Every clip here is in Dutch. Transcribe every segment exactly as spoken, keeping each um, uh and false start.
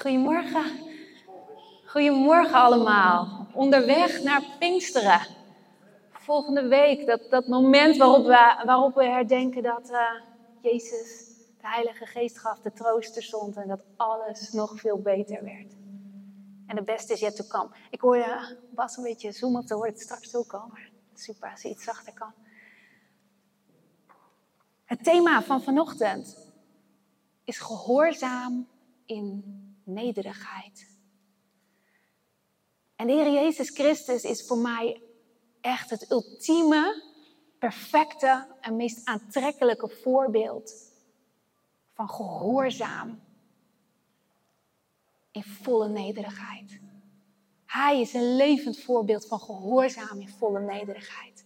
Goedemorgen. Goedemorgen allemaal. Onderweg naar Pinksteren. Volgende week, dat, dat moment waarop we, waarop we herdenken dat uh, Jezus de Heilige Geest gaf, de trooster zond en dat alles nog veel beter werd. En de beste is yet to come. Ik hoorde Bas een beetje zoomen op, dan hoor je het straks ook al. Maar super als hij iets zachter kan. Het thema van vanochtend is gehoorzaam in nederigheid. En de Heer Jezus Christus is voor mij echt het ultieme, perfecte en meest aantrekkelijke voorbeeld van gehoorzaam in volle nederigheid. Hij is een levend voorbeeld van gehoorzaam in volle nederigheid.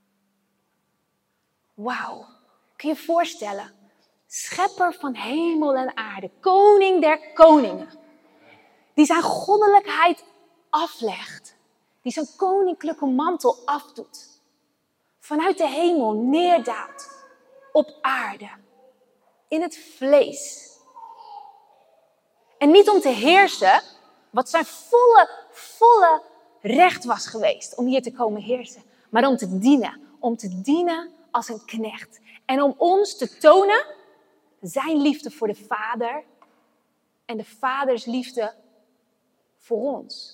Wauw, kun je je voorstellen? Schepper van hemel en aarde, koning der koningen, die zijn goddelijkheid aflegt, die zijn koninklijke mantel afdoet, vanuit de hemel neerdaalt op aarde, in het vlees. En niet om te heersen, wat zijn volle, volle recht was geweest om hier te komen heersen, maar om te dienen, om te dienen als een knecht. En om ons te tonen zijn liefde voor de Vader en de Vaders liefde voor ons.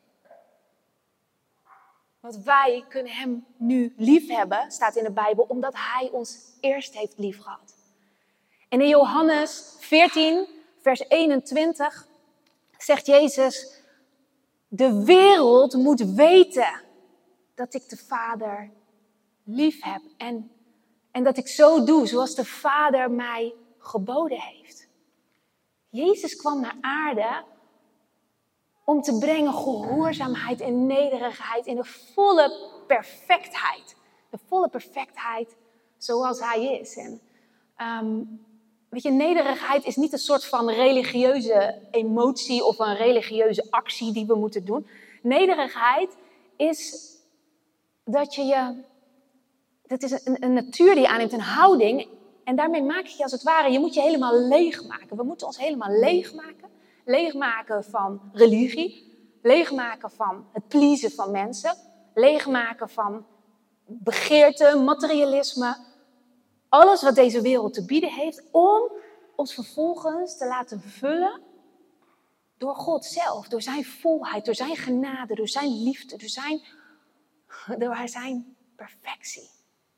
Want wij kunnen hem nu lief hebben, staat in de Bijbel, omdat hij ons eerst heeft lief gehad. En in Johannes veertien, vers eenentwintig, zegt Jezus: de wereld moet weten dat ik de Vader lief heb. En, en dat ik zo doe zoals de Vader mij geboden heeft. Jezus kwam naar aarde om te brengen gehoorzaamheid en nederigheid in de volle perfectheid. De volle perfectheid zoals hij is. En um, weet je, nederigheid is niet een soort van religieuze emotie of een religieuze actie die we moeten doen. Nederigheid is dat je je, dat is een, een natuur die je aanneemt, een houding. En daarmee maak je je als het ware, je moet je helemaal leegmaken. We moeten ons helemaal leegmaken. Leegmaken van religie. Leegmaken van het pleasen van mensen. Leegmaken van begeerte, materialisme. Alles wat deze wereld te bieden heeft. Om ons vervolgens te laten vullen door God zelf. Door zijn volheid, door zijn genade, door zijn liefde, door zijn, door zijn perfectie.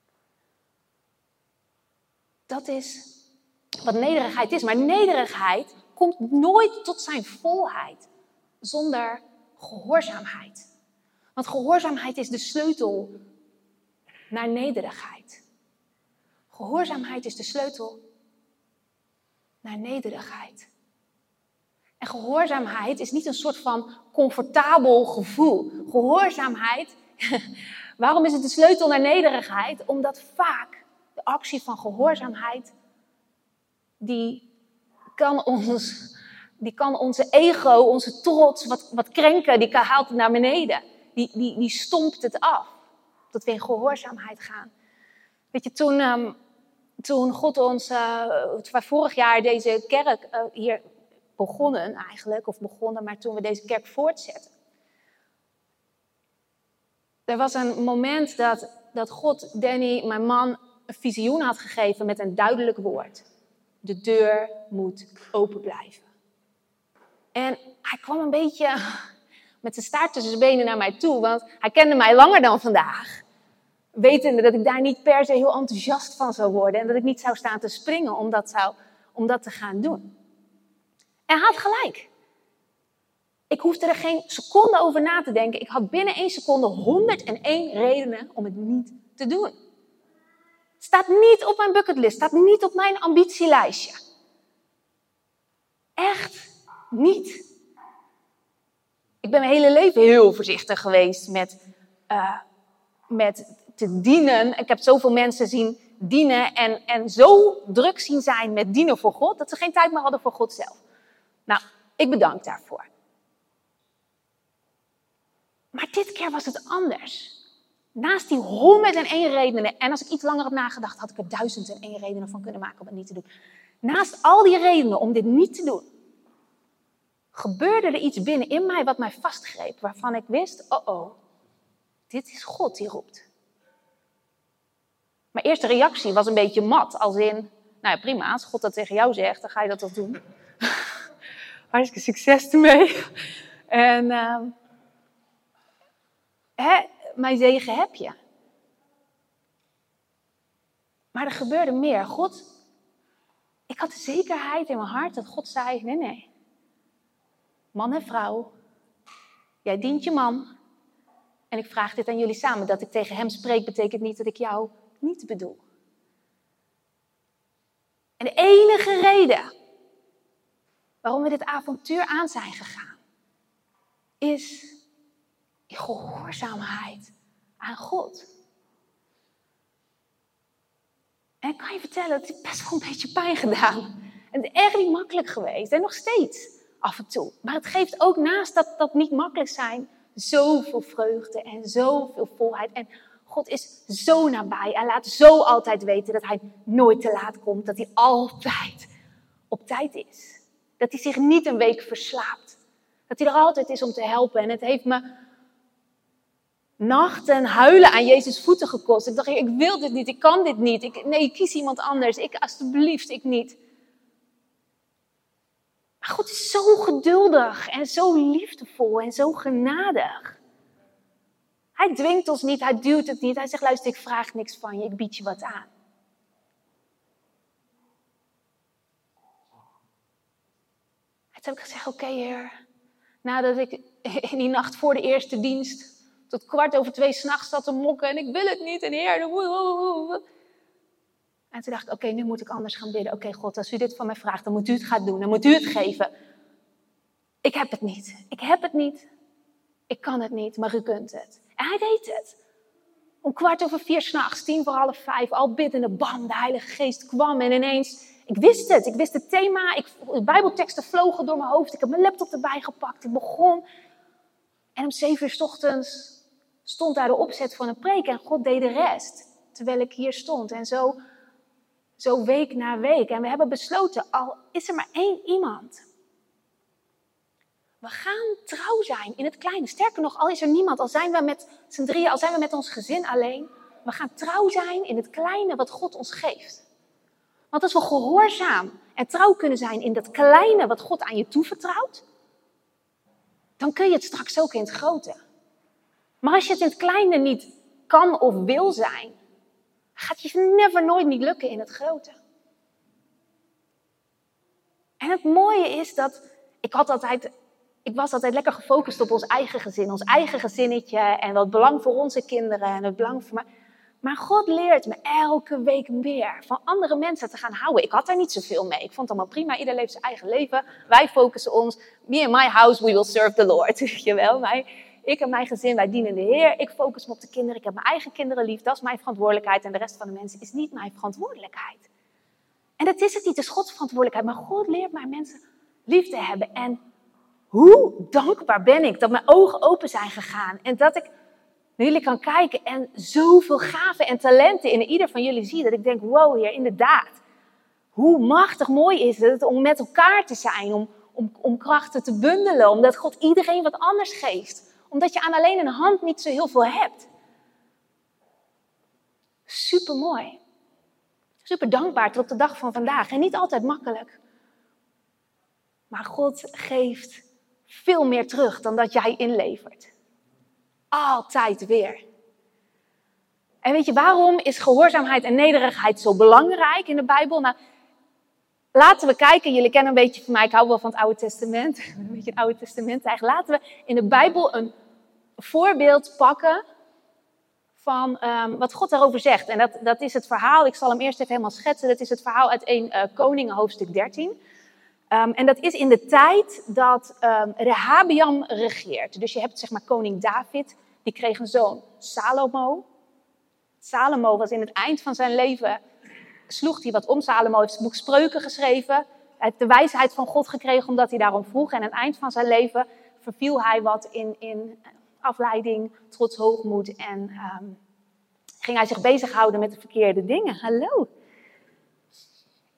Dat is wat nederigheid is. Maar nederigheid komt nooit tot zijn volheid zonder gehoorzaamheid. Want gehoorzaamheid is de sleutel naar nederigheid. Gehoorzaamheid is de sleutel naar nederigheid. En gehoorzaamheid is niet een soort van comfortabel gevoel. Gehoorzaamheid, waarom is het de sleutel naar nederigheid? Omdat vaak de actie van gehoorzaamheid, die kan ons, die kan onze ego, onze trots, wat, wat krenken, die haalt het naar beneden. Die, die, die stompt het af, dat we in gehoorzaamheid gaan. Weet je, toen, um, toen God ons, uh, vorig jaar deze kerk uh, hier begonnen eigenlijk, of begonnen, maar toen we deze kerk voortzetten. Er was een moment dat, dat God, Danny, mijn man, een visioen had gegeven met een duidelijk woord. De deur moet open blijven. En hij kwam een beetje met zijn staart tussen zijn benen naar mij toe, want hij kende mij langer dan vandaag. Wetende dat ik daar niet per se heel enthousiast van zou worden en dat ik niet zou staan te springen om dat, zou, om dat te gaan doen. En hij had gelijk. Ik hoefde er geen seconde over na te denken. Ik had binnen één seconde honderdéén redenen om het niet te doen. Het staat niet op mijn bucketlist, staat niet op mijn ambitielijstje. Echt niet. Ik ben mijn hele leven heel voorzichtig geweest met, uh, met te dienen. Ik heb zoveel mensen zien dienen en, en zo druk zien zijn met dienen voor God, dat ze geen tijd meer hadden voor God zelf. Nou, ik bedank daarvoor. Maar dit keer was het anders. Naast die honderdéén redenen, en als ik iets langer had nagedacht, had ik er duizend en één redenen van kunnen maken om het niet te doen. Naast al die redenen om dit niet te doen, gebeurde er iets binnen in mij wat mij vastgreep. Waarvan ik wist, oh oh, dit is God die roept. Mijn eerste reactie was een beetje mat. Als in, nou ja, prima, als God dat tegen jou zegt, dan ga je dat toch doen. Hartstikke succes ermee. En uh, hè, mijn zegen heb je. Maar er gebeurde meer. God, ik had de zekerheid in mijn hart dat God zei, nee, nee. Man en vrouw, jij dient je man. En ik vraag dit aan jullie samen. Dat ik tegen hem spreek betekent niet dat ik jou niet bedoel. En de enige reden waarom we dit avontuur aan zijn gegaan, is in gehoorzaamheid aan God. En ik kan je vertellen, het heeft best wel een beetje pijn gedaan. En het is echt niet makkelijk geweest. En nog steeds af en toe. Maar het geeft ook naast dat dat niet makkelijk zijn, zoveel vreugde en zoveel volheid. En God is zo nabij. Hij laat zo altijd weten dat hij nooit te laat komt. Dat hij altijd op tijd is. Dat hij zich niet een week verslaapt. Dat hij er altijd is om te helpen. En het heeft me nachten huilen aan Jezus' voeten gekost. Ik dacht, ik wil dit niet, ik kan dit niet. Ik, nee, ik kies iemand anders. Ik, alsjeblieft, ik niet. Maar God is zo geduldig en zo liefdevol en zo genadig. Hij dwingt ons niet, hij duwt het niet. Hij zegt, luister, ik vraag niks van je, ik bied je wat aan. En toen heb ik gezegd, oké, okay, Heer. Nadat ik in die nacht voor de eerste dienst tot kwart over twee 's nachts zat te mokken en ik wil het niet en Heer. En toen dacht ik, oké, okay, nu moet ik anders gaan bidden. Oké, okay, God, als u dit van mij vraagt, dan moet u het gaan doen, dan moet u het geven. Ik heb het niet, ik heb het niet, ik kan het niet, maar u kunt het. En hij deed het. Om kwart over vier 's nachts, tien voor half vijf, al biddende, bam, de Heilige Geest kwam en ineens, ik wist het, ik wist het thema, ik, de Bijbelteksten vlogen door mijn hoofd, ik heb mijn laptop erbij gepakt, ik begon. En om zeven uur 's ochtends stond daar de opzet van een preek en God deed de rest, terwijl ik hier stond. En zo, zo week na week. En we hebben besloten, al is er maar één iemand. We gaan trouw zijn in het kleine. Sterker nog, al is er niemand, al zijn we met z'n drieën, al zijn we met ons gezin alleen. We gaan trouw zijn in het kleine wat God ons geeft. Want als we gehoorzaam en trouw kunnen zijn in dat kleine wat God aan je toevertrouwt, dan kun je het straks ook in het grote. Maar als je het in het kleine niet kan of wil zijn, gaat je never nooit niet lukken in het grote. En het mooie is dat ik had altijd, ik was altijd lekker gefocust op ons eigen gezin, ons eigen gezinnetje en wat belang voor onze kinderen en het belang voor mij. Maar God leert me elke week meer van andere mensen te gaan houden. Ik had daar niet zoveel mee. Ik vond het allemaal prima. Ieder leeft zijn eigen leven. Wij focussen ons. Me and my house, we will serve the Lord. Weet je wel? Wij, ik en mijn gezin, wij dienen de Heer. Ik focus me op de kinderen. Ik heb mijn eigen kinderen lief. Dat is mijn verantwoordelijkheid. En de rest van de mensen is niet mijn verantwoordelijkheid. En dat is het niet. Het is Gods verantwoordelijkheid. Maar God leert mij mensen lief te hebben. En hoe dankbaar ben ik dat mijn ogen open zijn gegaan. En dat ik naar jullie kan kijken en zoveel gaven en talenten in ieder van jullie zie. Dat ik denk, wow Heer, inderdaad. Hoe machtig mooi is het om met elkaar te zijn. Om, om, om krachten te bundelen. Omdat God iedereen wat anders geeft. Omdat je aan alleen een hand niet zo heel veel hebt. Super mooi. Super dankbaar tot op de dag van vandaag. En niet altijd makkelijk. Maar God geeft veel meer terug dan dat jij inlevert. Altijd weer. En weet je, waarom is gehoorzaamheid en nederigheid zo belangrijk in de Bijbel? Nou, laten we kijken. Jullie kennen een beetje van mij, ik hou wel van het Oude Testament. Een beetje het Oude Testament eigenlijk. Laten we in de Bijbel een voorbeeld pakken van um, wat God daarover zegt. En dat, dat is het verhaal, ik zal hem eerst even helemaal schetsen. Dat is het verhaal uit één uh, Koningen, hoofdstuk dertien. Um, en dat is in de tijd dat um, Rehabeam regeert. Dus je hebt zeg maar koning David, die kreeg een zoon, Salomo. Salomo was in het eind van zijn leven, sloeg hij wat om. Salomo heeft het boek Spreuken geschreven. Hij heeft de wijsheid van God gekregen omdat hij daarom vroeg. En aan het eind van zijn leven verviel hij wat in, in afleiding, trots, hoogmoed. En um, ging hij zich bezighouden met de verkeerde dingen. Hallo.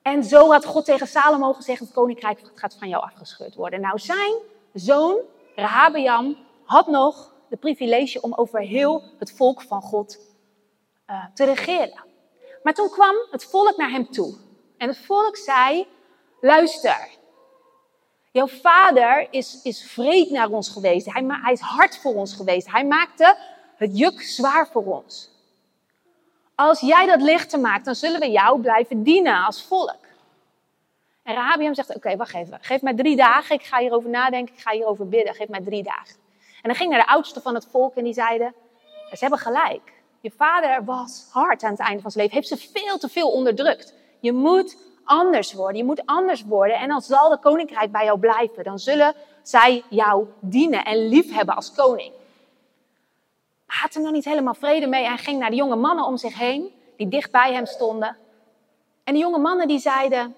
En zo had God tegen Salomo gezegd, het koninkrijk gaat van jou afgescheurd worden. Nou, zijn zoon, Rehabeam, had nog de privilege om over heel het volk van God uh, te regeren. Maar toen kwam het volk naar hem toe. En het volk zei, luister, jouw vader is, is wreed naar ons geweest. Hij, hij is hard voor ons geweest. Hij maakte het juk zwaar voor ons. Als jij dat lichter maakt, dan zullen we jou blijven dienen als volk. En Rehabeam zegt, oké, okay, wacht even. Geef mij drie dagen, ik ga hierover nadenken, ik ga hierover bidden. Geef mij drie dagen. En dan ging naar de oudste van het volk en die zeiden, ze hebben gelijk. Je vader was hard aan het einde van zijn leven, heeft ze veel te veel onderdrukt. Je moet anders worden, je moet anders worden en dan zal het koninkrijk bij jou blijven. Dan zullen zij jou dienen en liefhebben als koning. Hij had er nog niet helemaal vrede mee en ging naar de jonge mannen om zich heen, die dicht bij hem stonden. En die jonge mannen die zeiden,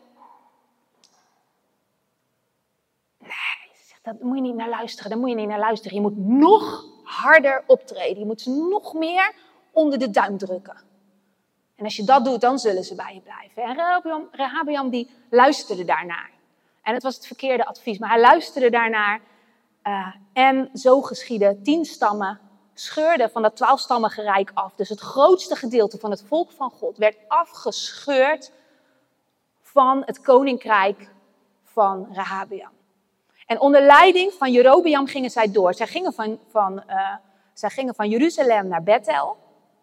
nee, daar moet je niet naar luisteren, daar moet je niet naar luisteren. Je moet nog harder optreden, je moet ze nog meer onder de duim drukken. En als je dat doet, dan zullen ze bij je blijven. En Rehabeam, Rehabeam die luisterde daarnaar. En het was het verkeerde advies, maar hij luisterde daarnaar. Uh, en zo geschiedde tien stammen scheurden van dat twaalfstammige rijk af. Dus het grootste gedeelte van het volk van God werd afgescheurd van het koninkrijk van Rehabeam. En onder leiding van Jerobeam gingen zij door. Zij gingen van, van, uh, zij gingen van Jeruzalem naar Bethel.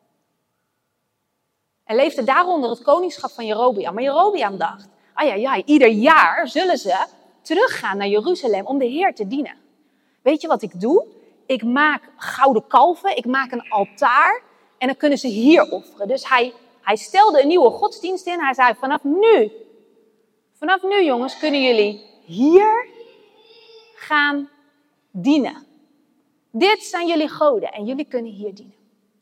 En leefden daaronder het koningschap van Jerobeam. Maar Jerobeam dacht, ah ja, ja, ieder jaar zullen ze teruggaan naar Jeruzalem om de Heer te dienen. Weet je wat ik doe? Ik maak gouden kalven, ik maak een altaar en dan kunnen ze hier offeren. Dus hij, hij stelde een nieuwe godsdienst in. Hij zei, vanaf nu, vanaf nu jongens, kunnen jullie hier gaan dienen. Dit zijn jullie goden en jullie kunnen hier dienen.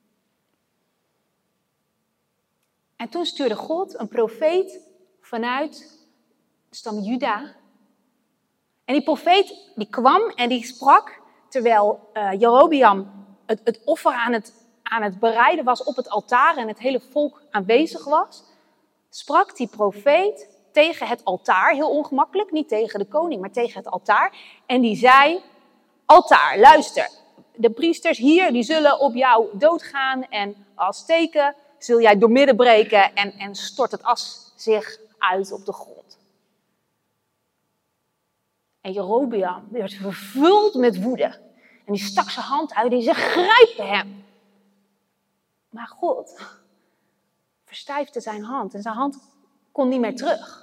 En toen stuurde God een profeet vanuit de stam Juda. En die profeet die kwam en die sprak, terwijl uh, Jerobeam het, het offer aan het, aan het bereiden was op het altaar en het hele volk aanwezig was, sprak die profeet tegen het altaar, heel ongemakkelijk, niet tegen de koning, maar tegen het altaar. En die zei, altaar, luister, de priesters hier, die zullen op jou doodgaan en als teken zul jij doormidden breken en, en stort het as zich uit op de grond. En Jerobeam werd vervuld met woede. En die stak zijn hand uit en die zei, grijp hem. Maar God verstijfde zijn hand en zijn hand kon niet meer terug.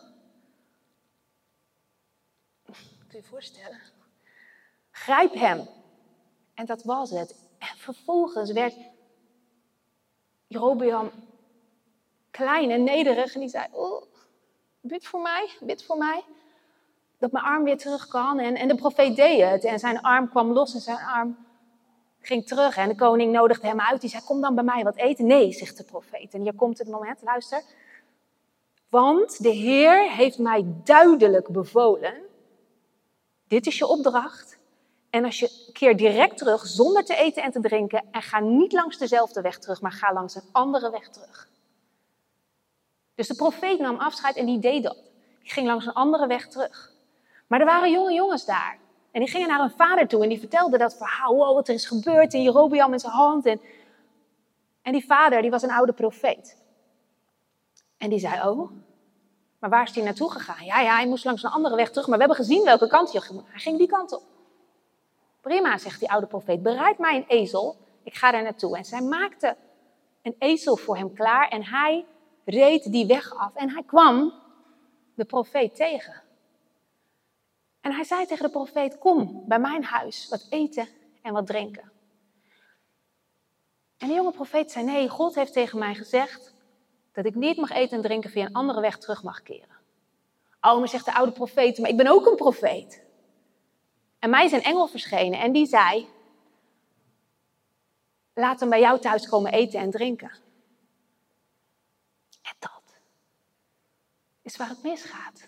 Kun je je voorstellen? Grijp hem. En dat was het. En vervolgens werd Jerobeam klein en nederig en die zei, oh, bid voor mij, bid voor mij. Dat mijn arm weer terug kan. En, en de profeet deed het. En zijn arm kwam los en zijn arm ging terug. En de koning nodigde hem uit. Die zei, kom dan bij mij wat eten. Nee, zegt de profeet. En hier komt het moment, luister. Want de Heer heeft mij duidelijk bevolen. Dit is je opdracht. En als je keer direct terug, zonder te eten en te drinken. En ga niet langs dezelfde weg terug, maar ga langs een andere weg terug. Dus de profeet nam afscheid en die deed dat. Die ging langs een andere weg terug. Maar er waren jonge jongens daar. En die gingen naar hun vader toe en die vertelden dat verhaal. Wow, wat er is gebeurd en Jerobeam in zijn hand. En, en die vader, die was een oude profeet. En die zei, oh, maar waar is hij naartoe gegaan? Ja, ja, hij moest langs een andere weg terug. Maar we hebben gezien welke kant hij ging. Hij ging die kant op. Prima, zegt die oude profeet. Bereid mij een ezel. Ik ga daar naartoe. En zij maakte een ezel voor hem klaar. En hij reed die weg af. En hij kwam de profeet tegen. En hij zei tegen de profeet, kom bij mijn huis, wat eten en wat drinken. En de jonge profeet zei, nee, God heeft tegen mij gezegd dat ik niet mag eten en drinken via een andere weg terug mag keren. Oh, maar zegt de oude profeet, maar ik ben ook een profeet. En mij is een engel verschenen en die zei, laat hem bij jou thuis komen eten en drinken. En dat is waar het misgaat.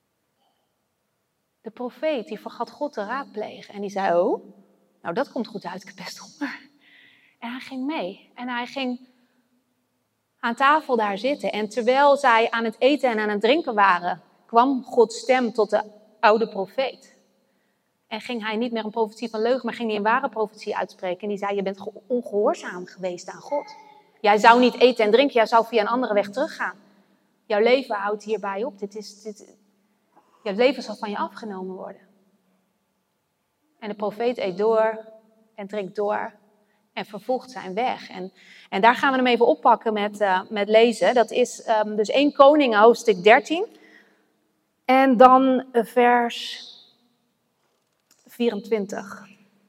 De profeet die vergat God te raadplegen en die zei, oh, nou dat komt goed uit, ik heb best honger. En hij ging mee en hij ging, aan tafel daar zitten. En terwijl zij aan het eten en aan het drinken waren, kwam Gods stem tot de oude profeet. En ging hij niet meer een profetie van leugen, maar ging hij een ware profetie uitspreken. En die zei, je bent ongehoorzaam geweest aan God. Jij zou niet eten en drinken, jij zou via een andere weg teruggaan. Jouw leven houdt hierbij op. Dit is, dit, jouw leven zal van je afgenomen worden. En de profeet eet door en drinkt door en vervolgt zijn weg. En, en daar gaan we hem even oppakken met, uh, met lezen. Dat is um, dus Eerste Koningen hoofdstuk dertien. En dan vers vierentwintig.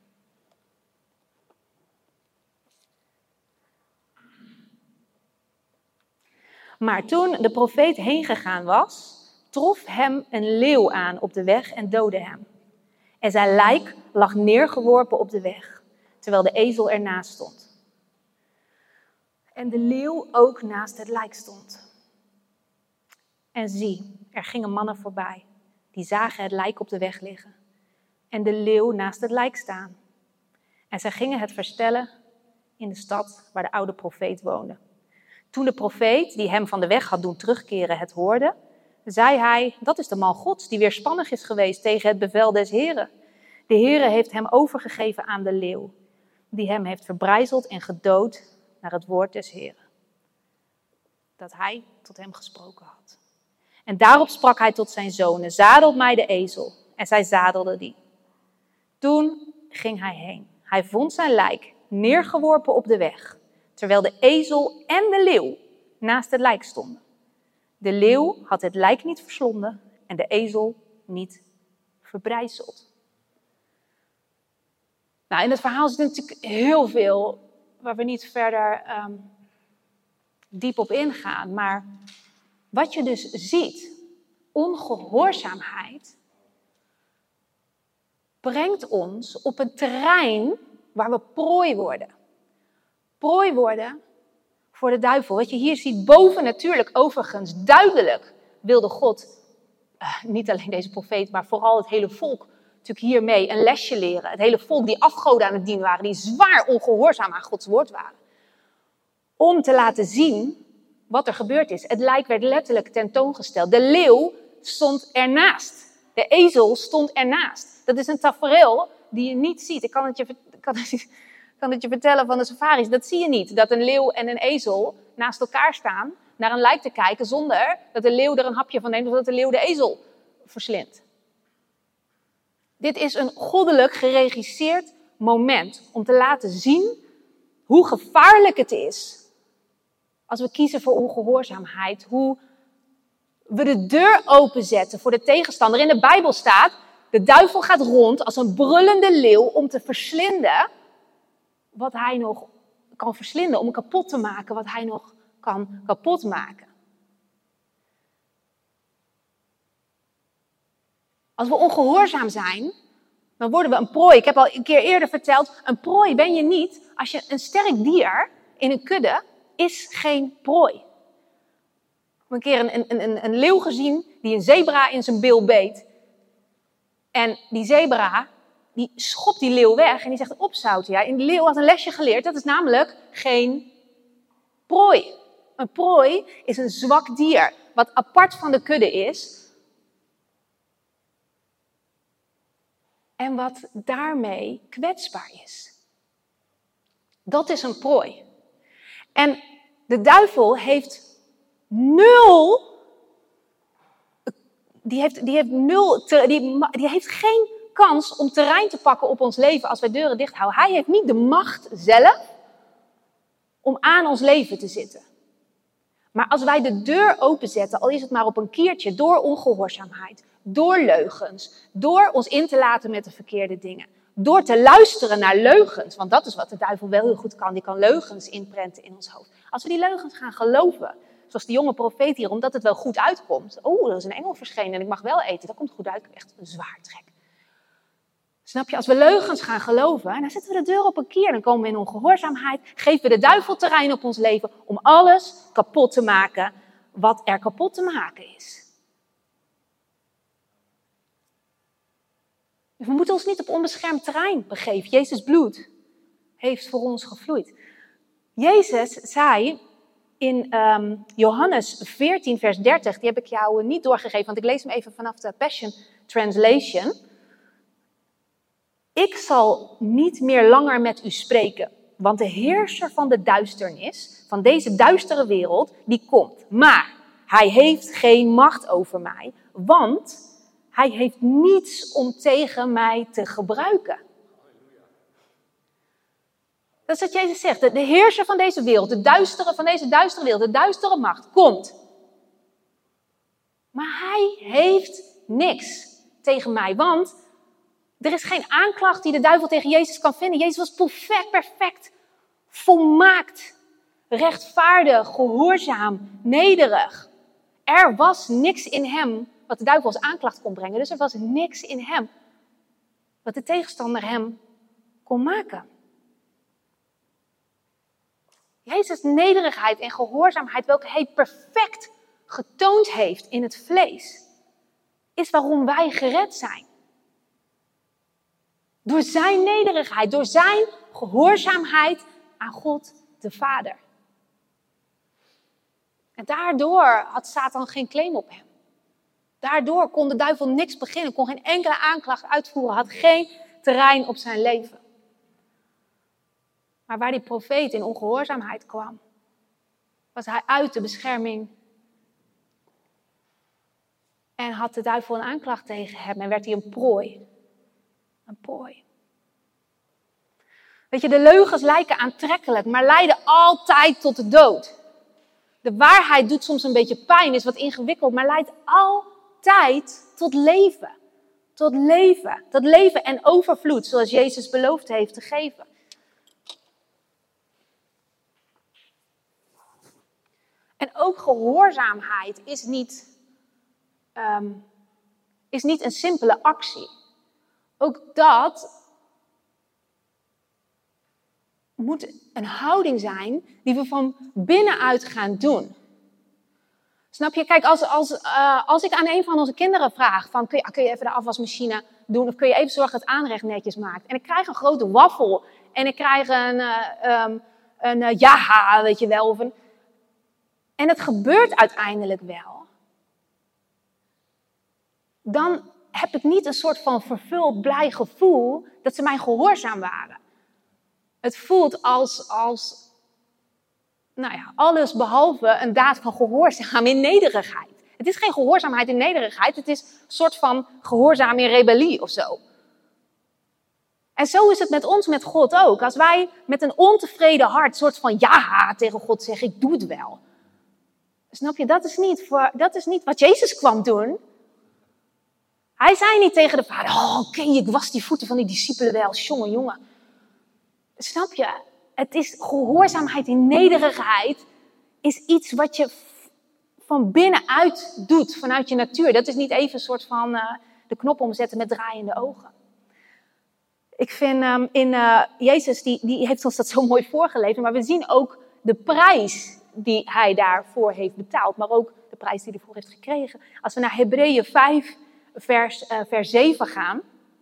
Maar toen de profeet heen gegaan was, trof hem een leeuw aan op de weg en doodde hem. En zijn lijk lag neergeworpen op de weg, terwijl de ezel ernaast stond. En de leeuw ook naast het lijk stond. En zie, er gingen mannen voorbij, die zagen het lijk op de weg liggen. En de leeuw naast het lijk staan. En zij gingen het vertellen in de stad waar de oude profeet woonde. Toen de profeet, die hem van de weg had doen terugkeren, het hoorde, zei hij, dat is de man Gods die weerspannig is geweest tegen het bevel des Heren. De Heere heeft hem overgegeven aan de leeuw, die hem heeft verbrijzeld en gedood naar het woord des Heren, dat hij tot hem gesproken had. En daarop sprak hij tot zijn zonen, zadelt mij de ezel. En zij zadelden die. Toen ging hij heen. Hij vond zijn lijk neergeworpen op de weg, terwijl de ezel en de leeuw naast het lijk stonden. De leeuw had het lijk niet verslonden en de ezel niet verbrijzeld. Nou, in het verhaal zit natuurlijk heel veel waar we niet verder um, diep op ingaan. Maar wat je dus ziet, ongehoorzaamheid, brengt ons op een terrein waar we prooi worden. Prooi worden voor de duivel. Wat je hier ziet, boven natuurlijk overigens duidelijk wilde God, uh, niet alleen deze profeet, maar vooral het hele volk, natuurlijk hiermee een lesje leren. Het hele volk die afgoden aan het dienen waren, die zwaar ongehoorzaam aan Gods woord waren. Om te laten zien wat er gebeurd is. Het lijk werd letterlijk tentoongesteld. De leeuw stond ernaast. De ezel stond ernaast. Dat is een tafereel die je niet ziet. Ik kan het je, kan het, kan het je vertellen van de safaris. Dat zie je niet. Dat een leeuw en een ezel naast elkaar staan, naar een lijk te kijken, zonder dat de leeuw er een hapje van neemt of dat de leeuw de ezel verslindt. Dit is een goddelijk geregisseerd moment om te laten zien hoe gevaarlijk het is als we kiezen voor ongehoorzaamheid. Hoe we de deur openzetten voor de tegenstander. In de Bijbel staat, de duivel gaat rond als een brullende leeuw om te verslinden wat hij nog kan verslinden. Om kapot te maken wat hij nog kan kapot maken. Als we ongehoorzaam zijn, dan worden we een prooi. Ik heb al een keer eerder verteld, een prooi ben je niet als je een sterk dier in een kudde is geen prooi. Ik heb een keer een, een, een, een leeuw gezien die een zebra in zijn bil beet. En die zebra, die schopt die leeuw weg en die zegt opzouten. Ja. En die leeuw had een lesje geleerd, dat is namelijk geen prooi. Een prooi is een zwak dier, wat apart van de kudde is. En wat daarmee kwetsbaar is. Dat is een prooi. En de duivel heeft nul, die heeft, die heeft nul, die, die heeft geen kans om terrein te pakken op ons leven als wij deuren dicht houden. Hij heeft niet de macht zelf om aan ons leven te zitten. Maar als wij de deur openzetten, al is het maar op een kiertje, door ongehoorzaamheid, door leugens, door ons in te laten met de verkeerde dingen, door te luisteren naar leugens, want dat is wat de duivel wel heel goed kan, die kan leugens inprenten in ons hoofd. Als we die leugens gaan geloven, zoals die jonge profeet hier, omdat het wel goed uitkomt. Oh, er is een engel verschenen en ik mag wel eten, dat komt goed uit, echt een zwaar trek. Snap je, als we leugens gaan geloven, dan zetten we de deur op een kier, dan komen we in ongehoorzaamheid, geven we de duivel terrein op ons leven om alles kapot te maken wat er kapot te maken is. We moeten ons niet op onbeschermd terrein begeven. Jezus' bloed heeft voor ons gevloeid. Jezus zei in um, Johannes veertien, vers dertig, die heb ik jou niet doorgegeven, want ik lees hem even vanaf de Passion Translation. Ik zal niet meer langer met u spreken, want de heerser van de duisternis, van deze duistere wereld, die komt. Maar hij heeft geen macht over mij, want hij heeft niets om tegen mij te gebruiken. Dat is wat Jezus zegt. De, de heerser van deze wereld, de duistere van deze duistere wereld, de duistere macht, komt. Maar hij heeft niks tegen mij, want er is geen aanklacht die de duivel tegen Jezus kan vinden. Jezus was perfect, perfect, volmaakt, rechtvaardig, gehoorzaam, nederig. Er was niks in hem wat de duivel als aanklacht kon brengen. Dus er was niks in hem wat de tegenstander hem kon maken. Jezus' nederigheid en gehoorzaamheid, welke hij perfect getoond heeft in het vlees, is waarom wij gered zijn. Door zijn nederigheid, door zijn gehoorzaamheid aan God de Vader. En daardoor had Satan geen claim op hem. Daardoor kon de duivel niks beginnen, kon geen enkele aanklacht uitvoeren, had geen terrein op zijn leven. Maar waar die profeet in ongehoorzaamheid kwam, was hij uit de bescherming. En had de duivel een aanklacht tegen hem en werd hij een prooi. Een prooi. Weet je, de leugens lijken aantrekkelijk, maar leiden altijd tot de dood. De waarheid doet soms een beetje pijn, is wat ingewikkeld, maar leidt altijd tot leven. Tot leven. Tot leven en overvloed, zoals Jezus beloofd heeft te geven. En ook gehoorzaamheid is niet, um, is niet een simpele actie. Ook dat moet een houding zijn die we van binnenuit gaan doen. Snap je? Kijk, als, als, uh, als ik aan een van onze kinderen vraag van, kun je, kun je even de afwasmachine doen of kun je even zorgen dat het aanrecht netjes maakt. En ik krijg een grote waffel en ik krijg een, uh, um, een uh, ja, weet je wel. Of een... En het gebeurt uiteindelijk wel. Dan heb ik niet een soort van vervuld, blij gevoel dat ze mij gehoorzaam waren. Het voelt als, als nou ja, alles behalve een daad van gehoorzaam in nederigheid. Het is geen gehoorzaamheid in nederigheid, het is een soort van gehoorzaam in rebellie of zo. En zo is het met ons, met God ook. Als wij met een ontevreden hart, soort van ja tegen God zeggen, ik doe het wel. Snap je, dat is niet, voor, dat is niet wat Jezus kwam doen. Hij zei niet tegen de vader, oh oké, okay, ik was die voeten van die discipelen wel, jongen, jongen. Snap je? Het is gehoorzaamheid in nederigheid is iets wat je van binnenuit doet, vanuit je natuur. Dat is niet even een soort van uh, de knop omzetten met draaiende ogen. Ik vind um, in uh, Jezus, die, die heeft ons dat zo mooi voorgelezen, maar we zien ook de prijs die hij daarvoor heeft betaald, maar ook de prijs die hij ervoor heeft gekregen. Als we naar Hebreeën vijf, vers, uh, vers zeven gaan,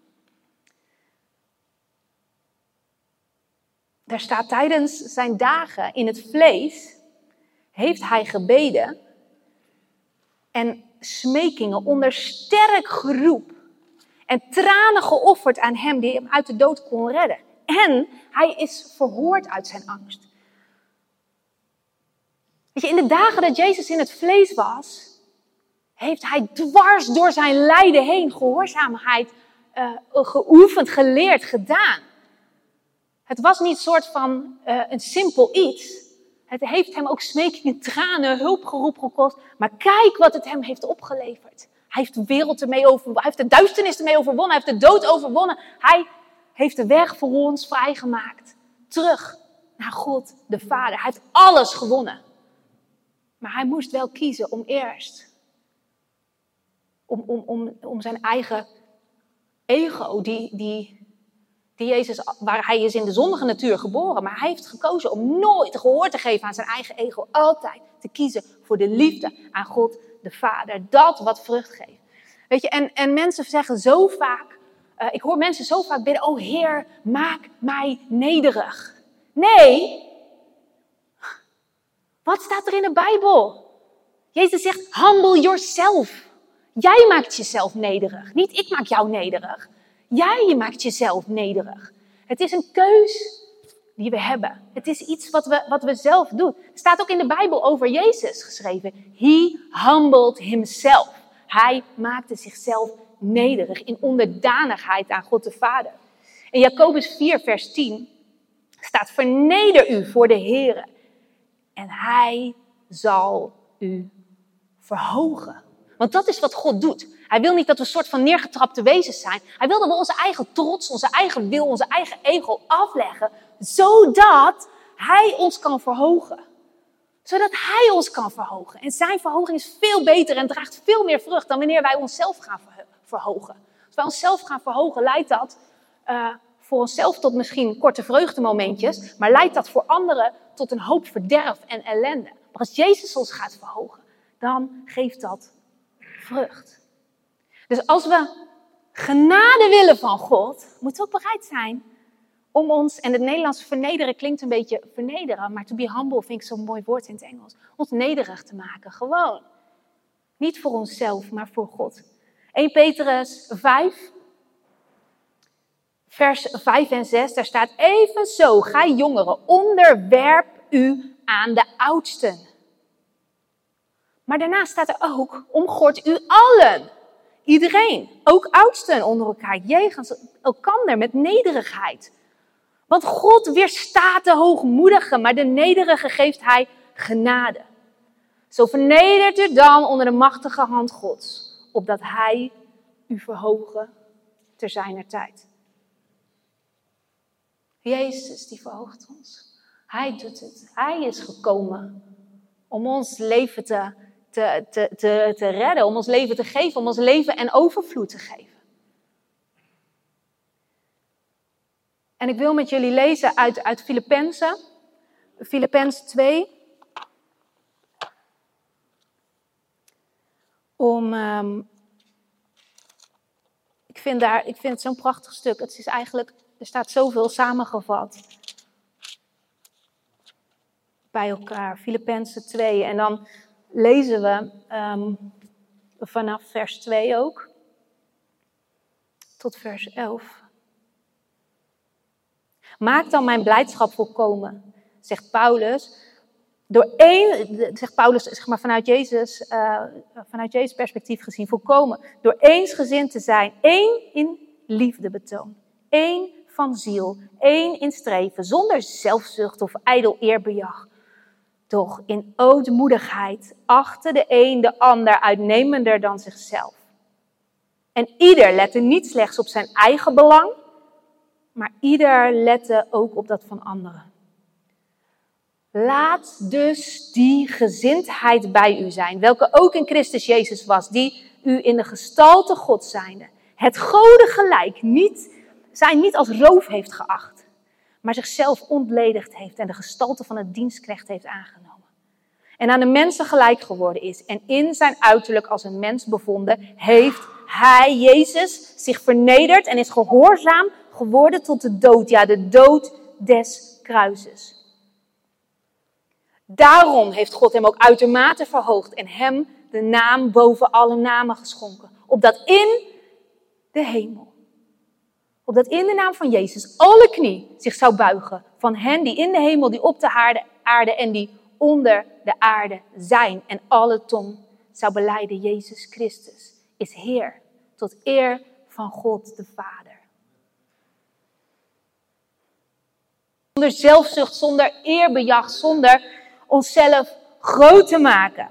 daar staat, tijdens zijn dagen in het vlees heeft hij gebeden en smekingen onder sterk geroep en tranen geofferd aan hem die hem uit de dood kon redden. En hij is verhoord uit zijn angst. Weet je, in de dagen dat Jezus in het vlees was, heeft hij dwars door zijn lijden heen gehoorzaamheid uh, geoefend, geleerd, gedaan. Het was niet een soort van uh, een simpel iets. Het heeft hem ook smekingen, tranen, hulpgeroep gekost. Maar kijk wat het hem heeft opgeleverd. Hij heeft de wereld ermee overwonnen. Hij heeft de duisternis ermee overwonnen. Hij heeft de dood overwonnen. Hij heeft de weg voor ons vrijgemaakt. Terug naar God de Vader. Hij heeft alles gewonnen. Maar hij moest wel kiezen om eerst. Om, om, om, om zijn eigen ego, die, die, die Jezus, waar hij is in de zondige natuur geboren. Maar hij heeft gekozen om nooit gehoor te geven aan zijn eigen ego. Altijd te kiezen voor de liefde aan God de Vader. Dat wat vrucht geeft. Weet je, en, en mensen zeggen zo vaak, uh, ik hoor mensen zo vaak bidden, oh Heer, maak mij nederig. Nee, Wat staat er in de Bijbel? Jezus zegt, humble yourself. Jij maakt jezelf nederig. Niet ik maak jou nederig. Jij maakt jezelf nederig. Het is een keus die we hebben. Het is iets wat we, wat we zelf doen. Er staat ook in de Bijbel over Jezus geschreven. He humbled himself. Hij maakte zichzelf nederig in onderdanigheid aan God de Vader. In Jacobus vier vers tien staat, verneder u voor de Heere en hij zal u verhogen. Want dat is wat God doet. Hij wil niet dat we een soort van neergetrapte wezens zijn. Hij wil dat we onze eigen trots, onze eigen wil, onze eigen ego afleggen. Zodat hij ons kan verhogen. Zodat hij ons kan verhogen. En zijn verhoging is veel beter en draagt veel meer vrucht dan wanneer wij onszelf gaan verhogen. Als wij onszelf gaan verhogen, leidt dat uh, voor onszelf tot misschien korte vreugdemomentjes. Maar leidt dat voor anderen tot een hoop verderf en ellende. Maar als Jezus ons gaat verhogen, dan geeft dat vrucht. Dus als we genade willen van God, moeten we ook bereid zijn om ons, en het Nederlands vernederen klinkt een beetje vernederen, maar to be humble vind ik zo'n mooi woord in het Engels, ons nederig te maken, gewoon. Niet voor onszelf, maar voor God. Eerste Petrus vijf, vers vijf en zes, daar staat, evenzo, gij jongeren, onderwerp u aan de oudsten. Maar daarna staat er ook, omgord u allen. Iedereen, ook oudsten onder elkaar, jegens elkander met nederigheid. Want God weerstaat de hoogmoedigen, maar de nederigen geeft hij genade. Zo vernedert u dan onder de machtige hand Gods, opdat hij u verhogen ter zijner tijd. Jezus die verhoogt ons. Hij doet het. Hij is gekomen om ons leven te, te, te, te, te redden, om ons leven te geven, om ons leven en overvloed te geven. En ik wil met jullie lezen uit, uit Filippenzen, Filippenzen twee. Om, um, ik, vind daar, ik vind het zo'n prachtig stuk. Het is eigenlijk, er staat zoveel samengevat bij elkaar. Filippenzen twee. En dan lezen we um, vanaf vers twee ook. Tot vers elf. Maak dan mijn blijdschap volkomen, zegt Paulus. Door één, zegt Paulus, zeg maar vanuit Jezus, uh, vanuit Jezus perspectief gezien, volkomen. Door eensgezind te zijn, één in liefdebetoon, één van ziel, één in streven, zonder zelfzucht of ijdel eerbejag. Doch in ootmoedigheid achtte de een de ander uitnemender dan zichzelf. En ieder lette niet slechts op zijn eigen belang, maar ieder lette ook op dat van anderen. Laat dus die gezindheid bij u zijn, welke ook in Christus Jezus was, die u in de gestalte God zijnde, het gode gelijk niet, zijn niet als roof heeft geacht, maar zichzelf ontledigd heeft en de gestalte van het dienstknecht heeft aangenomen. En aan de mensen gelijk geworden is en in zijn uiterlijk als een mens bevonden, heeft hij, Jezus, zich vernederd en is gehoorzaam geworden tot de dood, ja, de dood des kruises. Daarom heeft God hem ook uitermate verhoogd en hem de naam boven alle namen geschonken. Opdat in de hemel, opdat in de naam van Jezus alle knie zich zou buigen van hen die in de hemel, die op de aarde, aarde en die onder de aarde zijn. En alle tong zou belijden, Jezus Christus is Heer, tot eer van God de Vader. Zonder zelfzucht, zonder eerbejag, zonder onszelf groot te maken.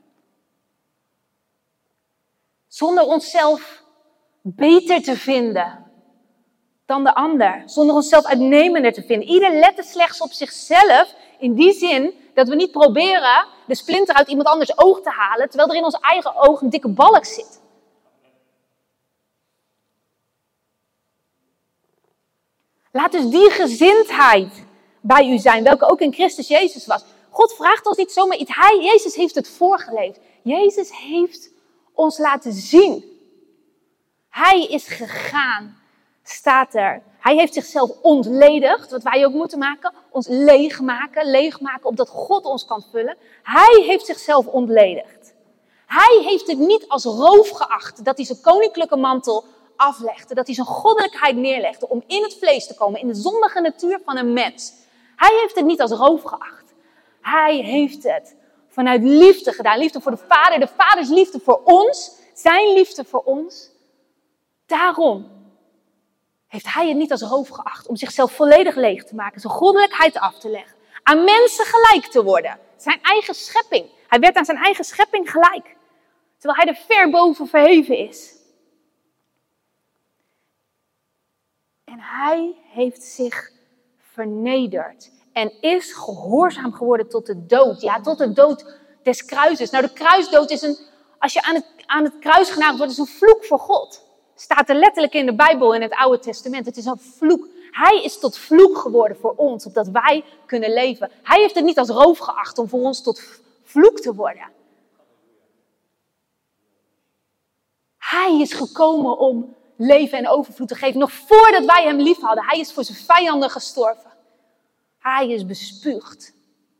Zonder onszelf beter te vinden dan de ander. Zonder onszelf uitnemender te vinden. Ieder lette slechts op zichzelf in die zin dat we niet proberen de splinter uit iemand anders oog te halen, terwijl er in ons eigen oog een dikke balk zit. Laat dus die gezindheid bij u zijn, welke ook in Christus Jezus was. God vraagt ons niet zomaar iets. Hij, Jezus heeft het voorgeleefd. Jezus heeft ons laten zien. Hij is gegaan, staat er. Hij heeft zichzelf ontledigd, wat wij ook moeten maken. ons leegmaken, leegmaken opdat God ons kan vullen. Hij heeft zichzelf ontledigd. Hij heeft het niet als roof geacht dat hij zijn koninklijke mantel aflegde. Dat hij zijn goddelijkheid neerlegde om in het vlees te komen, in de zondige natuur van een mens. Hij heeft het niet als roof geacht. Hij heeft het vanuit liefde gedaan. Liefde voor de Vader, de Vaders liefde voor ons, zijn liefde voor ons. Daarom heeft hij het niet als roof geacht om zichzelf volledig leeg te maken, zijn goddelijkheid af te leggen, aan mensen gelijk te worden. Zijn eigen schepping. Hij werd aan zijn eigen schepping gelijk. Terwijl hij er ver boven verheven is. En hij heeft zich vernederd. En is gehoorzaam geworden tot de dood. Ja, tot de dood des kruises. Nou, de kruisdood is een... Als je aan het, aan het kruis genageld wordt, is een vloek voor God. Staat er letterlijk in de Bijbel, in het Oude Testament. Het is een vloek. Hij is tot vloek geworden voor ons, opdat wij kunnen leven. Hij heeft het niet als roof geacht om voor ons tot vloek te worden. Hij is gekomen om leven en overvloed te geven. Nog voordat wij hem lief hadden. Hij is voor zijn vijanden gestorven. Hij is bespuugd.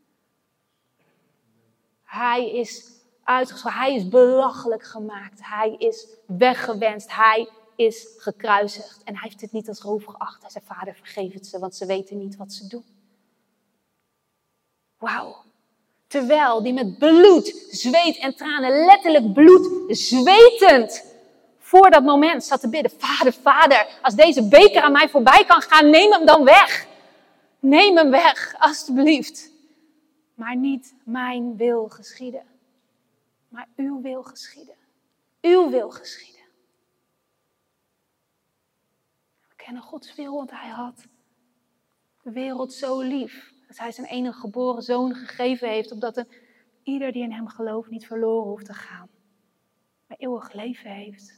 Hij is uitgescholden. Hij is belachelijk gemaakt. Hij is weggewenst. Hij is gekruisigd. En hij heeft het niet als roof geacht. Hij zei, Vader, vergeef het ze, want ze weten niet wat ze doen. Wauw. Terwijl die met bloed, zweet en tranen, letterlijk bloed, zwetend, voor dat moment zat te bidden. Vader, Vader, als deze beker aan mij voorbij kan gaan, neem hem dan weg. Neem hem weg, alstublieft. Maar niet mijn wil geschieden. Maar uw wil geschieden. Uw wil geschieden. We kennen Gods wil, want hij had de wereld zo lief. Dat hij zijn enige geboren zoon gegeven heeft. Opdat een, ieder die in hem gelooft niet verloren hoeft te gaan. Maar eeuwig leven heeft.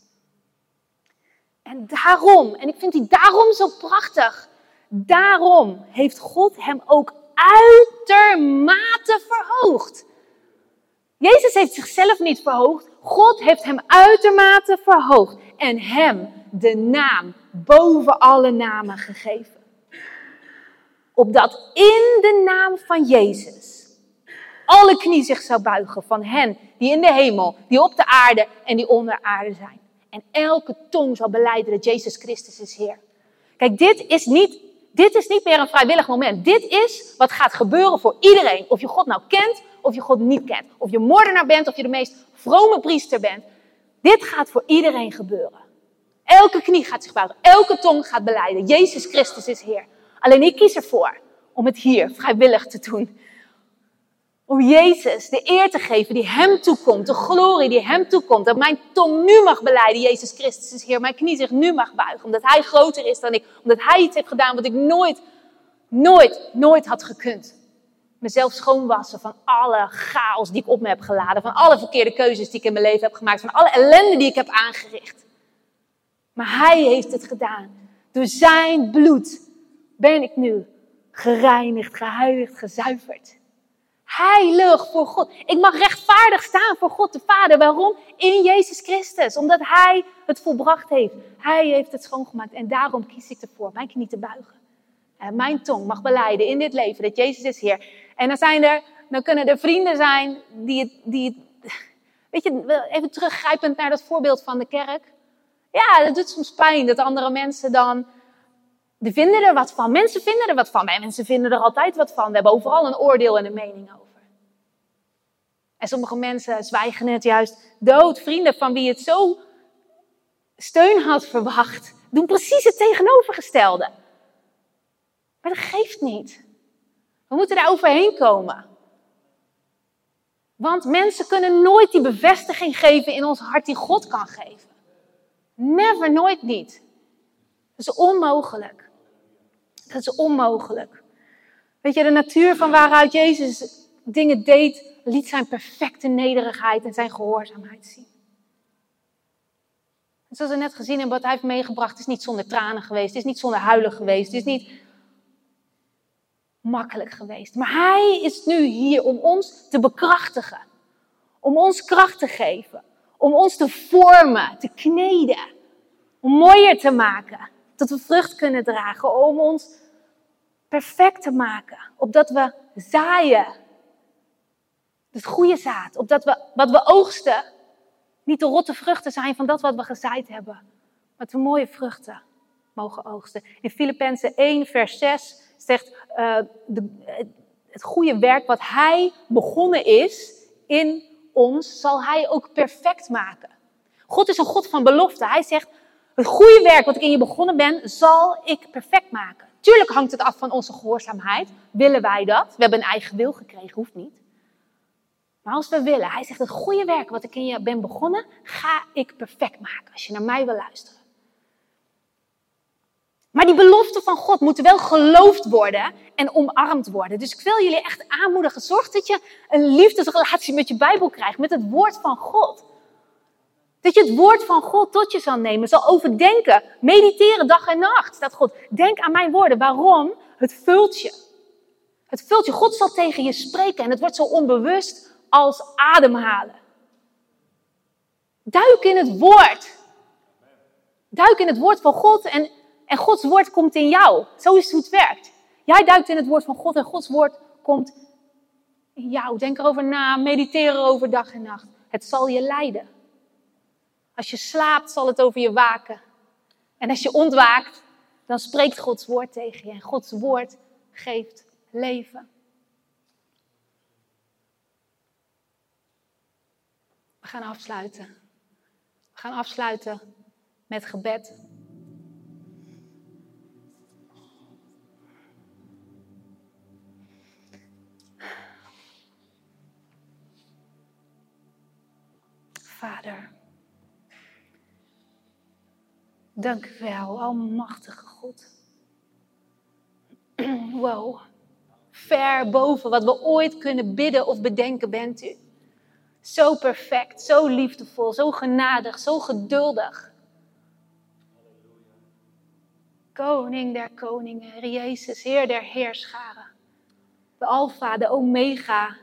En daarom, en ik vind die daarom zo prachtig. Daarom heeft God hem ook uitermate verhoogd. Jezus heeft zichzelf niet verhoogd. God heeft hem uitermate verhoogd. En hem de naam boven alle namen gegeven. Opdat in de naam van Jezus alle knie zich zou buigen van hen die in de hemel, die op de aarde en die onder aarde zijn. En elke tong zal belijden dat Jezus Christus is Heer. Kijk, dit is niet, dit is niet meer een vrijwillig moment. Dit is wat gaat gebeuren voor iedereen. Of je God nou kent, of je God niet kent. Of je moordenaar bent, of je de meest vrome priester bent. Dit gaat voor iedereen gebeuren. Elke knie gaat zich buigen. Elke tong gaat belijden. Jezus Christus is Heer. Alleen ik kies ervoor om het hier vrijwillig te doen. Om Jezus de eer te geven die hem toekomt. De glorie die hem toekomt. Dat mijn tong nu mag belijden. Jezus Christus is Heer. Mijn knie zich nu mag buigen. Omdat hij groter is dan ik. Omdat hij iets heeft gedaan wat ik nooit, nooit, nooit had gekund. Mezelf schoonwassen van alle chaos die ik op me heb geladen. Van alle verkeerde keuzes die ik in mijn leven heb gemaakt. Van alle ellende die ik heb aangericht. Maar hij heeft het gedaan. Door zijn bloed ben ik nu gereinigd, geheiligd, gezuiverd. Heilig voor God. Ik mag rechtvaardig staan voor God de Vader. Waarom? In Jezus Christus. Omdat hij het volbracht heeft. Hij heeft het schoongemaakt. En daarom kies ik ervoor mijn knie te buigen. En mijn tong mag belijden in dit leven dat Jezus is Heer. En dan zijn er, dan kunnen er vrienden zijn die het, die het, weet je, even teruggrijpend naar dat voorbeeld van de kerk. Ja, het doet soms pijn dat andere mensen dan, die vinden er wat van. Mensen vinden er wat van. En mensen vinden er altijd wat van. We hebben overal een oordeel en een mening over. En sommige mensen zwijgen het juist dood. Vrienden van wie het zo steun had verwacht, doen precies het tegenovergestelde. Maar dat geeft niet. We moeten daar overheen komen. Want mensen kunnen nooit die bevestiging geven in ons hart die God kan geven. Never, nooit niet. Dat is onmogelijk. Dat is onmogelijk. Weet je, de natuur van waaruit Jezus dingen deed, liet zijn perfecte nederigheid en zijn gehoorzaamheid zien. En zoals we net gezien hebben, wat hij heeft meegebracht, is niet zonder tranen geweest, is niet zonder huilen geweest, is niet makkelijk geweest. Maar hij is nu hier om ons te bekrachtigen. Om ons kracht te geven. Om ons te vormen, te kneden. Om mooier te maken. Dat we vrucht kunnen dragen. Om ons perfect te maken. Opdat we zaaien. Het goede zaad. Opdat we wat we oogsten niet de rotte vruchten zijn van dat wat we gezaaid hebben. Maar de mooie vruchten mogen oogsten. In Filippenzen één vers zes zegt uh, de, het goede werk wat hij begonnen is in ons, zal hij ook perfect maken. God is een God van belofte. Hij zegt, het goede werk wat ik in je begonnen ben, zal ik perfect maken. Tuurlijk hangt het af van onze gehoorzaamheid. Willen wij dat? We hebben een eigen wil gekregen, hoeft niet. Maar als we willen, hij zegt, het goede werk wat ik in je ben begonnen, ga ik perfect maken. Als je naar mij wil luisteren. Maar die beloften van God moeten wel geloofd worden en omarmd worden. Dus ik wil jullie echt aanmoedigen. Zorg dat je een liefdesrelatie met je Bijbel krijgt, met het woord van God. Dat je het woord van God tot je zal nemen, zal overdenken, mediteren dag en nacht. Staat God, denk aan mijn woorden. Waarom? Het vult je. Het vult je. God zal tegen je spreken en het wordt zo onbewust als ademhalen. Duik in het woord. Duik in het woord van God en, en Gods woord komt in jou. Zo is het hoe het werkt. Jij duikt in het woord van God en Gods woord komt in jou. Denk erover na, mediteer erover dag en nacht. Het zal je leiden. Als je slaapt zal het over je waken. En als je ontwaakt, dan spreekt Gods woord tegen je. En Gods woord geeft leven. We gaan afsluiten. We gaan afsluiten met gebed. Vader, dank u wel, almachtige God. Wow, ver boven wat we ooit kunnen bidden of bedenken bent u. Zo perfect, zo liefdevol, zo genadig, zo geduldig. Koning der koningen, Heer Jezus, Heer der heerscharen. De Alfa, de Omega.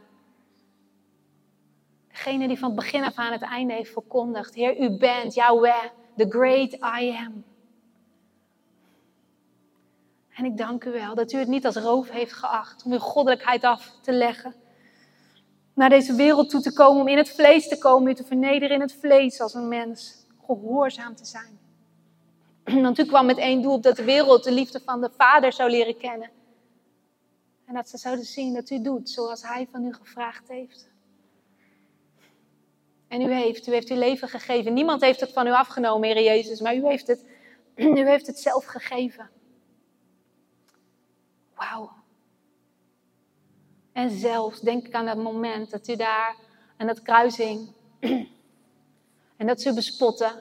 Degene die van het begin af aan het einde heeft verkondigd. Heer, u bent Yahweh, the great I am. En ik dank u wel dat u het niet als roof heeft geacht om uw goddelijkheid af te leggen. Naar deze wereld toe te komen, om in het vlees te komen, u te vernederen in het vlees als een mens. Gehoorzaam te zijn. Want u kwam met één doel, dat de wereld de liefde van de Vader zou leren kennen. En dat ze zouden zien dat u doet zoals hij van u gevraagd heeft. En u heeft, u heeft uw leven gegeven. Niemand heeft het van u afgenomen, Heer Jezus, maar u heeft het, u heeft het zelf gegeven. Wauw. En zelfs denk ik aan dat moment dat u daar aan dat kruis hing. En dat ze bespotten.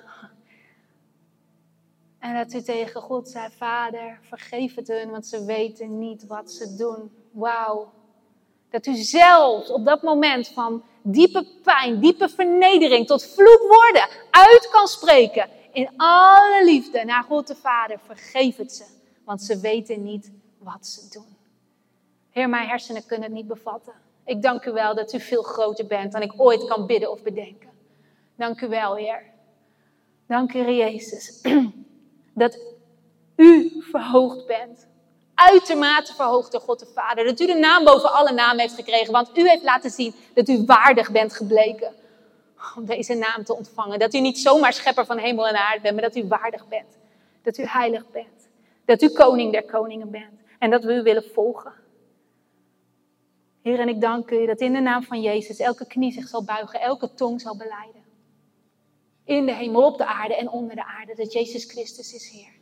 En dat u tegen God zei, Vader, vergeef het hun, want ze weten niet wat ze doen. Wauw. Dat u zelfs op dat moment van diepe pijn, diepe vernedering tot vloekwoorden uit kan spreken. In alle liefde naar God de Vader, vergeef het ze, want ze weten niet wat ze doen. Heer, mijn hersenen kunnen het niet bevatten. Ik dank u wel dat u veel groter bent dan ik ooit kan bidden of bedenken. Dank u wel, Heer. Dank u, Heer Jezus, dat u verhoogd bent. Uitermate verhoogd door God de Vader. Dat u de naam boven alle namen heeft gekregen. Want u heeft laten zien dat u waardig bent gebleken om deze naam te ontvangen. Dat u niet zomaar schepper van hemel en aarde bent, maar dat u waardig bent. Dat u heilig bent. Dat u koning der koningen bent. En dat we u willen volgen. Heer, en ik dank u dat in de naam van Jezus elke knie zich zal buigen, elke tong zal belijden. In de hemel, op de aarde en onder de aarde, dat Jezus Christus is Heer.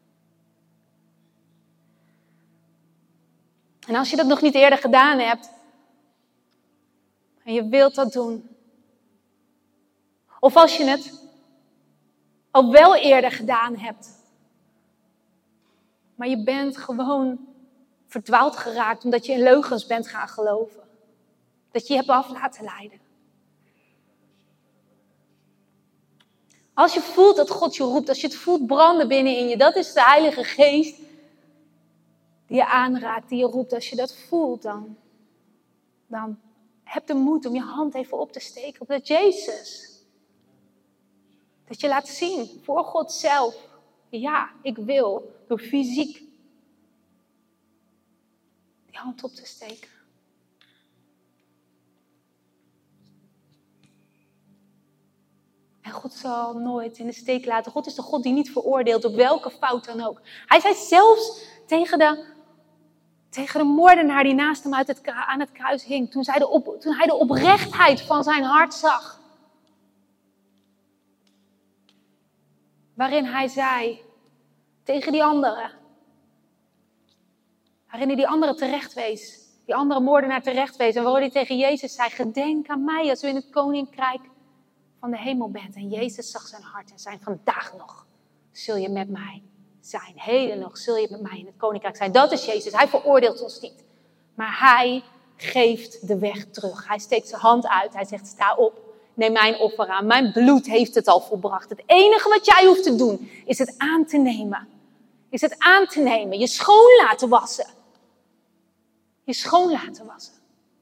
En als je dat nog niet eerder gedaan hebt, en je wilt dat doen, of als je het al wel eerder gedaan hebt, maar je bent gewoon verdwaald geraakt omdat je in leugens bent gaan geloven. Dat je je hebt af laten leiden. Als je voelt dat God je roept, als je het voelt branden binnenin je, dat is de Heilige Geest die je aanraakt, die je roept. Als je dat voelt, dan, dan heb de moed om je hand even op te steken op dat Jezus. Dat je laat zien voor God zelf. Ja, ik wil door fysiek hand op te steken. En God zal nooit in de steek laten. God is de God die niet veroordeelt op welke fout dan ook. Hij zei zelfs tegen de, tegen de moordenaar die naast hem uit het, aan het kruis hing. Toen, zij de op, toen hij de oprechtheid van zijn hart zag. Waarin hij zei tegen die anderen. Waarin hij die anderen terecht wees. Die andere moordenaar terecht wees. En waarin hij tegen Jezus zei, gedenk aan mij als u in het koninkrijk van de hemel bent. En Jezus zag zijn hart en zei, vandaag nog zul je met mij zijn. Heden nog zul je met mij in het koninkrijk zijn. Dat is Jezus. Hij veroordeelt ons niet. Maar hij geeft de weg terug. Hij steekt zijn hand uit. Hij zegt, sta op. Neem mijn offer aan. Mijn bloed heeft het al volbracht. Het enige wat jij hoeft te doen is het aan te nemen. Is het aan te nemen. Je schoon laten wassen. Je schoon laten wassen.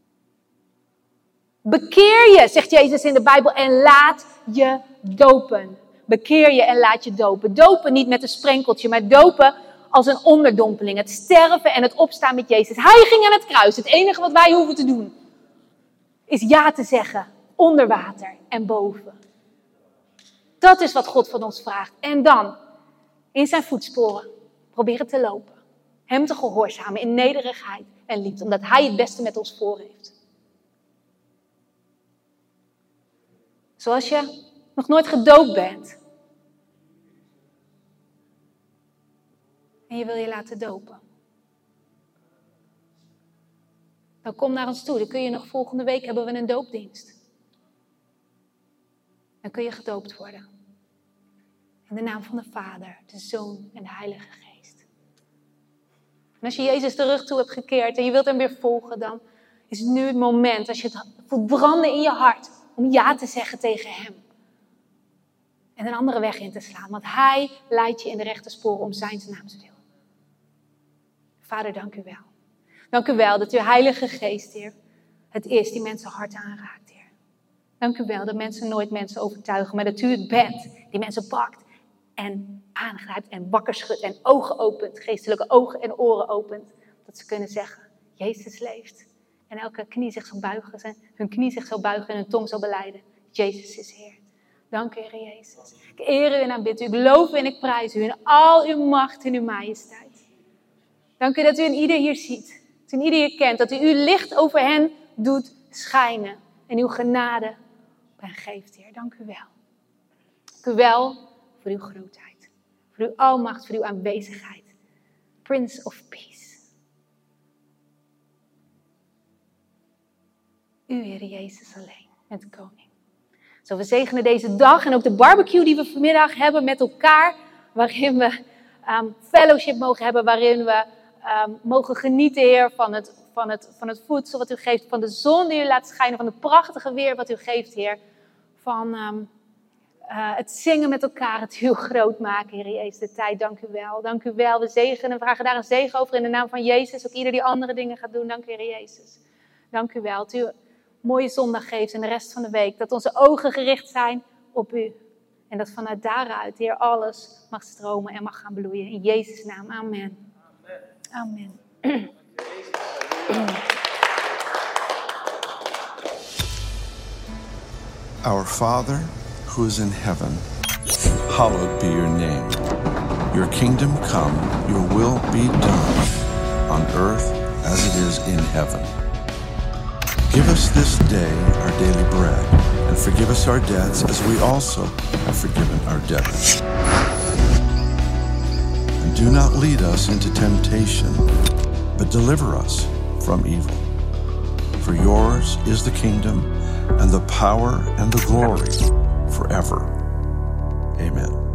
Bekeer je, zegt Jezus in de Bijbel, en laat je dopen. Bekeer je en laat je dopen. Dopen niet met een sprenkeltje, maar dopen als een onderdompeling. Het sterven en het opstaan met Jezus. Hij ging aan het kruis. Het enige wat wij hoeven te doen is ja te zeggen. Onder water en boven. Dat is wat God van ons vraagt. En dan, in zijn voetsporen, proberen te lopen. Hem te gehoorzamen in nederigheid en liefde. Omdat hij het beste met ons voor heeft. Zoals je nog nooit gedoopt bent. En je wil je laten dopen. Dan kom naar ons toe. Dan kun je nog volgende week hebben we een doopdienst. Dan kun je gedoopt worden. In de naam van de Vader, de Zoon en de Heilige Geest. En als je Jezus de rug toe hebt gekeerd en je wilt hem weer volgen, dan is het nu het moment, als je het voelt branden in je hart, om ja te zeggen tegen hem. En een andere weg in te slaan, want hij leidt je in de rechte sporen om zijn naams wil. Vader, dank u wel. Dank u wel dat uw Heilige Geest, Heer, het is die mensen hart aanraakt, Heer. Dank u wel dat mensen nooit mensen overtuigen, maar dat u het bent die mensen pakt en aangrijpt en wakker schudt en ogen opent, geestelijke ogen en oren opent. Dat ze kunnen zeggen, Jezus leeft. En elke knie zich zal buigen, hun knie zich zal buigen en hun tong zal belijden. Jezus is Heer. Dank u, Heer Jezus. Ik eer u en aanbid u. Ik loof en ik prijs u in al uw macht en uw majesteit. Dank u dat u in ieder hier ziet. Dat u in ieder hier kent. Dat u uw licht over hen doet schijnen. En uw genade op hen geeft, Heer. Dank u wel. Dank u wel voor uw grootheid. Voor uw almacht, voor uw aanwezigheid. Prince of Peace. U, Heer Jezus alleen, met de koning. Zo, we zegenen deze dag en ook de barbecue die we vanmiddag hebben met elkaar. Waarin we um, fellowship mogen hebben, waarin we um, mogen genieten, Heer, van het, van, het, van het voedsel wat u geeft. Van de zon die u laat schijnen, van het prachtige weer wat u geeft, Heer. Van um, uh, het zingen met elkaar, het heel groot maken, Heer Jezus, de tijd. Dank u wel, dank u wel. We zegenen en vragen daar een zegen over in de naam van Jezus. Ook ieder die andere dingen gaat doen, dank u, Heer Jezus. Dank u wel, dat u mooie zondag geeft en de rest van de week. Dat onze ogen gericht zijn op u. En dat vanuit daaruit, Heer, alles mag stromen en mag gaan bloeien. In Jezus' naam. Amen. Amen. Amen. Our Father, who is in heaven, hallowed be your name. Your kingdom come, your will be done, on earth as it is in heaven. Give us this day our daily bread, and forgive us our debts as we also have forgiven our debtors. And do not lead us into temptation, but deliver us from evil. For yours is the kingdom, and the power, and the glory, forever. Amen.